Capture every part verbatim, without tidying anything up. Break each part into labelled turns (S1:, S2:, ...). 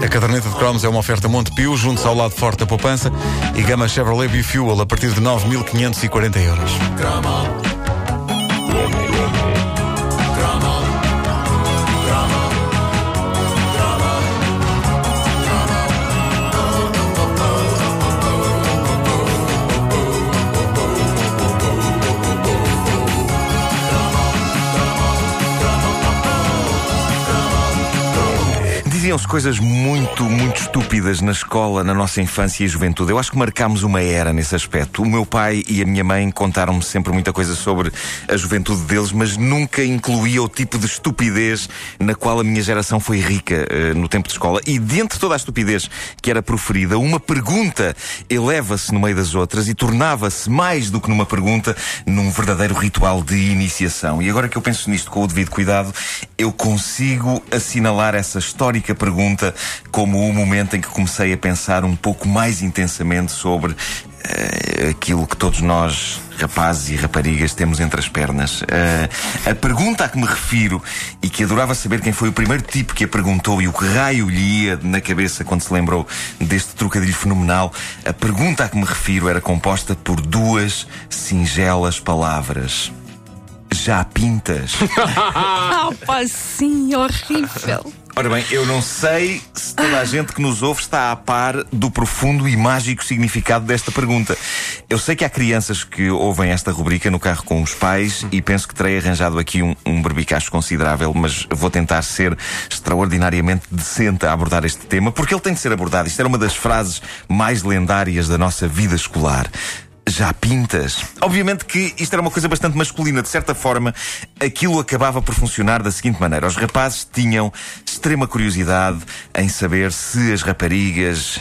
S1: A caderneta de cromos é uma oferta Montepio, junto ao lado forte da poupança, e gama Chevrolet Bifuel a partir de nove mil quinhentos e quarenta euros.
S2: Diziam-se coisas muito, muito estúpidas na escola, na nossa infância e juventude. Eu acho que marcámos uma era nesse aspecto. O meu pai e a minha mãe contaram-me sempre muita coisa sobre a juventude deles, mas nunca incluía o tipo de estupidez na qual a minha geração foi rica uh, no tempo de escola. E dentre toda a estupidez que era proferida, uma pergunta eleva-se no meio das outras e tornava-se, mais do que numa pergunta, num verdadeiro ritual de iniciação. E agora que eu penso nisto com o devido cuidado, eu consigo assinalar essa histórica pergunta como o momento em que comecei a pensar um pouco mais intensamente sobre uh, aquilo que todos nós, rapazes e raparigas, temos entre as pernas. Uh, a pergunta a que me refiro, e que adorava saber quem foi o primeiro tipo que a perguntou e o que raio lhe ia na cabeça quando se lembrou deste trocadilho fenomenal, a pergunta a que me refiro era composta por duas singelas palavras: já pintas?
S3: Ah, pá, sim, horrível.
S2: Ora bem, eu não sei se toda a gente que nos ouve está a par do profundo e mágico significado desta pergunta. Eu sei que há crianças que ouvem esta rubrica no carro com os pais e penso que terei arranjado aqui um, um berbicacho considerável, mas vou tentar ser extraordinariamente decente a abordar este tema, porque ele tem de ser abordado. Isto era uma das frases mais lendárias da nossa vida escolar. Já pintas? Obviamente que isto era uma coisa bastante masculina. De certa forma, aquilo acabava por funcionar da seguinte maneira: os rapazes tinham extrema curiosidade em saber se as raparigas uh,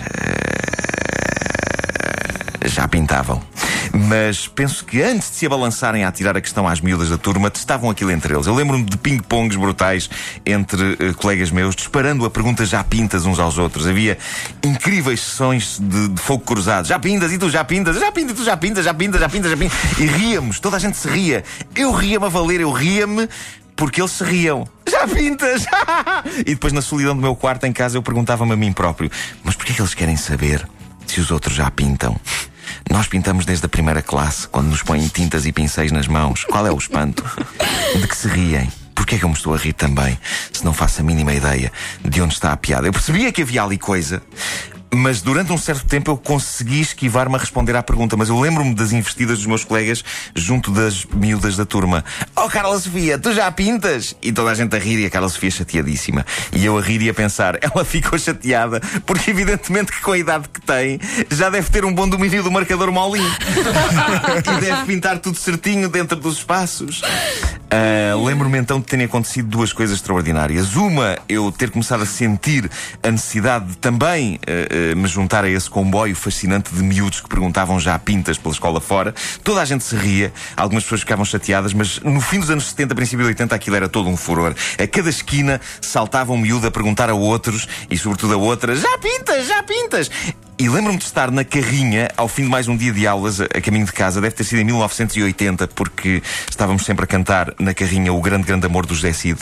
S2: já pintavam. Mas penso que antes de se abalançarem a atirar a questão às miúdas da turma, testavam aquilo entre eles. Eu lembro-me de ping-pongs brutais entre uh, colegas meus, disparando a pergunta já pintas uns aos outros. Havia incríveis sessões de, de fogo cruzado. Já pintas e tu já pintas, já pintas e tu já pintas, já pintas, já pintas, já pintas. E ríamos, toda a gente se ria. Eu ria-me a valer, eu ria-me porque eles se riam. Já pintas! E depois, na solidão do meu quarto em casa, eu perguntava-me a mim próprio: mas porquê é que eles querem saber se os outros já pintam? Nós pintamos desde a primeira classe, quando nos põem tintas e pincéis nas mãos. Qual é o espanto? De que se riem? Porquê é que eu me estou a rir também, se não faço a mínima ideia de onde está a piada? Eu percebia que havia ali coisa, mas durante um certo tempo eu consegui esquivar-me a responder à pergunta. Mas eu lembro-me das investidas dos meus colegas junto das miúdas da turma. Oh, Carla Sofia, tu já pintas? E toda a gente a rir e a Carla Sofia chateadíssima. E eu a rir e a pensar, ela ficou chateada porque evidentemente que com a idade que tem já deve ter um bom domínio do marcador Molin. E deve pintar tudo certinho dentro dos espaços. Uh, lembro-me então de terem acontecido duas coisas extraordinárias. Uma, eu ter começado a sentir a necessidade de também uh, uh, me juntar a esse comboio fascinante de miúdos que perguntavam já pintas pela escola fora. Toda a gente se ria, algumas pessoas ficavam chateadas, mas no fim dos anos setenta, princípio de oitenta, aquilo era todo um furor. A cada esquina saltava um miúdo a perguntar a outros, e sobretudo a outras: já pintas, já pintas! E lembro-me de estar na carrinha ao fim de mais um dia de aulas a caminho de casa. Deve ter sido em mil novecentos e oitenta, porque estávamos sempre a cantar na carrinha O Grande Grande Amor do José Cid.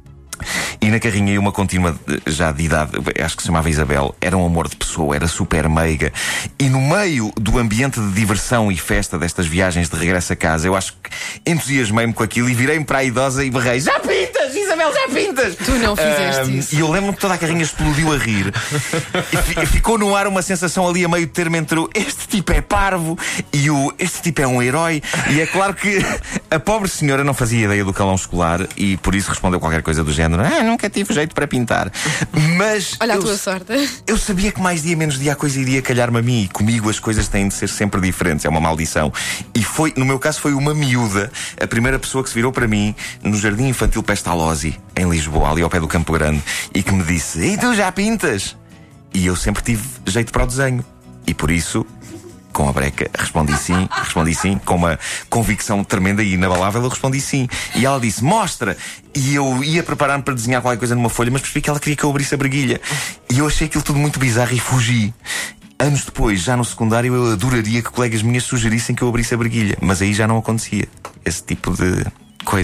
S2: E na carrinha ia uma contínua já de idade, acho que se chamava Isabel. Era um amor de pessoa, era super meiga. E no meio do ambiente de diversão e festa destas viagens de regresso a casa, eu acho que entusiasmei-me com aquilo e virei-me para a idosa e berrei: já pintas, Isabel, já pintas!
S3: Tu não fizeste
S2: um,
S3: isso.
S2: E eu lembro-me que toda a carrinha explodiu a rir. E ficou no ar uma sensação ali a meio termo entre o este tipo é parvo e o este tipo é um herói. E é claro que a pobre senhora não fazia ideia do calão escolar e por isso respondeu qualquer coisa do género: ah, nunca tive jeito para pintar. Mas
S3: olha
S2: eu,
S3: a tua sorte.
S2: Eu sabia que mais dia menos dia a coisa iria calhar-me a mim, e comigo as coisas têm de ser sempre diferentes. É uma maldição. E foi, no meu caso, foi uma miúda, a primeira pessoa que se virou para mim no Jardim Infantil Pestalozzi, em Lisboa, ali ao pé do Campo Grande, e que me disse: e tu já pintas? E eu sempre tive jeito para o desenho. E por isso, com a breca, respondi sim, respondi sim, com uma convicção tremenda e inabalável, eu respondi sim. E ela disse: mostra! E eu ia preparar-me para desenhar qualquer coisa numa folha, mas percebi que ela queria que eu abrisse a breguilha. E eu achei aquilo tudo muito bizarro e fugi. Anos depois, já no secundário, eu adoraria que colegas minhas sugerissem que eu abrisse a breguilha, mas aí já não acontecia esse tipo de coisa.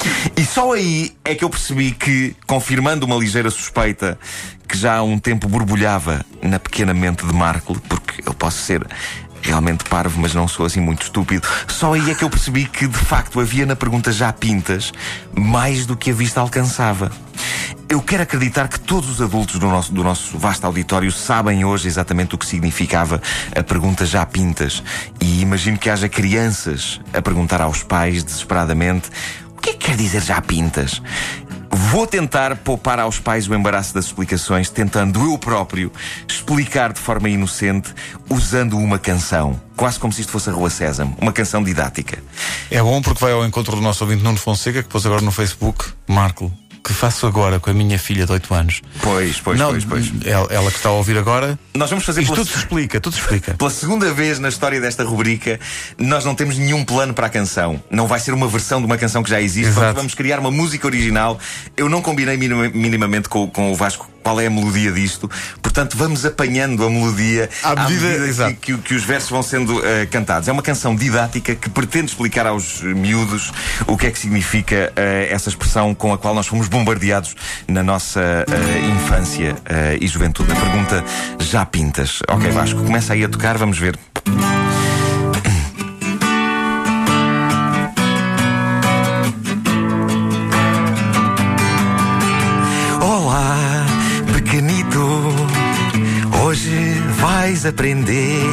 S2: E só aí é que eu percebi que, confirmando uma ligeira suspeita que já há um tempo borbulhava na pequena mente de Marco, porque eu posso ser realmente parvo, mas não sou assim muito estúpido, só aí é que eu percebi que, de facto, havia na pergunta já pintas mais do que a vista alcançava. Eu quero acreditar que todos os adultos do nosso, do nosso vasto auditório sabem hoje exatamente o que significava a pergunta já pintas. E imagino que haja crianças a perguntar aos pais, desesperadamente, o que é que quer dizer já pintas? Vou tentar poupar aos pais o embaraço das explicações, tentando eu próprio explicar de forma inocente, usando uma canção. Quase como se isto fosse a Rua Sésamo. Uma canção didática.
S1: É bom porque vai ao encontro do nosso ouvinte Nuno Fonseca, que pôs agora no Facebook: Marco, que faço agora com a minha filha de oito anos?
S2: Pois, pois,
S1: Não,
S2: pois, pois.
S1: Ela, ela que está a ouvir agora.
S2: Nós vamos fazer
S1: Isto
S2: pela...
S1: tudo se explica, tudo se explica.
S2: Pela segunda vez na história desta rubrica, nós não temos nenhum plano para a canção. Não vai ser uma versão de uma canção que já existe.
S1: Exato.
S2: Vamos criar uma música original. Eu não combinei minima, minimamente com, com o Vasco qual é a melodia disto. Portanto, vamos apanhando a melodia
S1: à medida,
S2: medida que, que, que os versos vão sendo uh, cantados. É uma canção didática que pretende explicar aos miúdos o que é que significa uh, essa expressão com a qual nós fomos bombardeados na nossa uh, infância uh, e juventude. A pergunta já pintas. Ok, Vasco, começa aí a tocar, vamos ver. Olá, pequenito, hoje vais aprender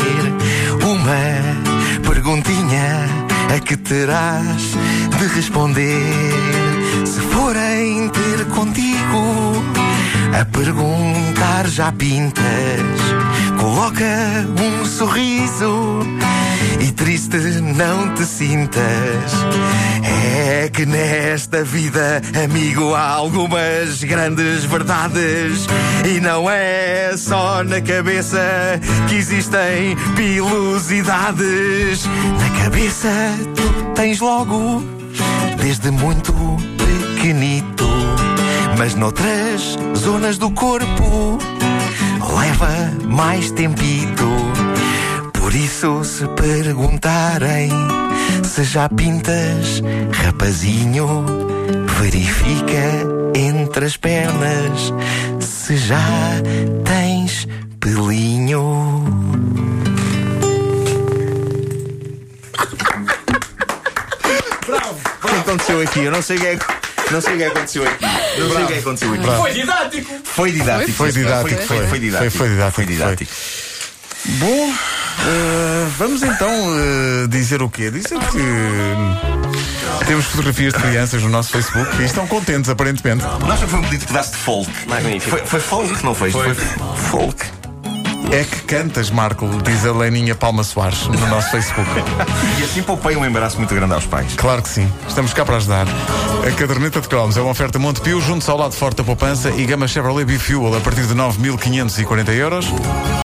S2: uma perguntinha a que terás de responder. Se forem ter contigo a perguntar já pintas, coloca um sorriso e triste não te sintas. É que nesta vida, amigo, há algumas grandes verdades, e não é só na cabeça que existem pilosidades. Na cabeça tu tens logo desde muito pequenito, mas noutras zonas do corpo leva mais tempito. Por isso, se perguntarem se já pintas, rapazinho, verifica entre as pernas se já tens pelinho. Bravo! O que aconteceu aqui? Eu não sei o que é que... Não sei o que aconteceu aqui. Não sei o que aconteceu aqui.
S4: Foi didático.
S2: Foi didático.
S1: Foi didático.
S2: Foi, foi didático.
S1: Foi, foi didático.
S2: Foi didático.
S1: Bom, uh, vamos então uh, dizer o quê? Dizer que temos fotografias de crianças no nosso Facebook e estão contentes, aparentemente.
S2: Nós foi um pedido de pedaço de folk.
S4: Magnífico.
S2: Foi, foi folk, não foi? Foi, foi folk.
S1: É que cantas, Marco, diz a Leninha Palma Soares no nosso Facebook.
S2: E assim poupei um embaraço muito grande aos pais.
S1: Claro que sim, estamos cá para ajudar. A caderneta de cromos é uma oferta Montepio, junto ao lado forte da poupança, e gama Chevrolet Bifuel a partir de nove mil quinhentos e quarenta euros.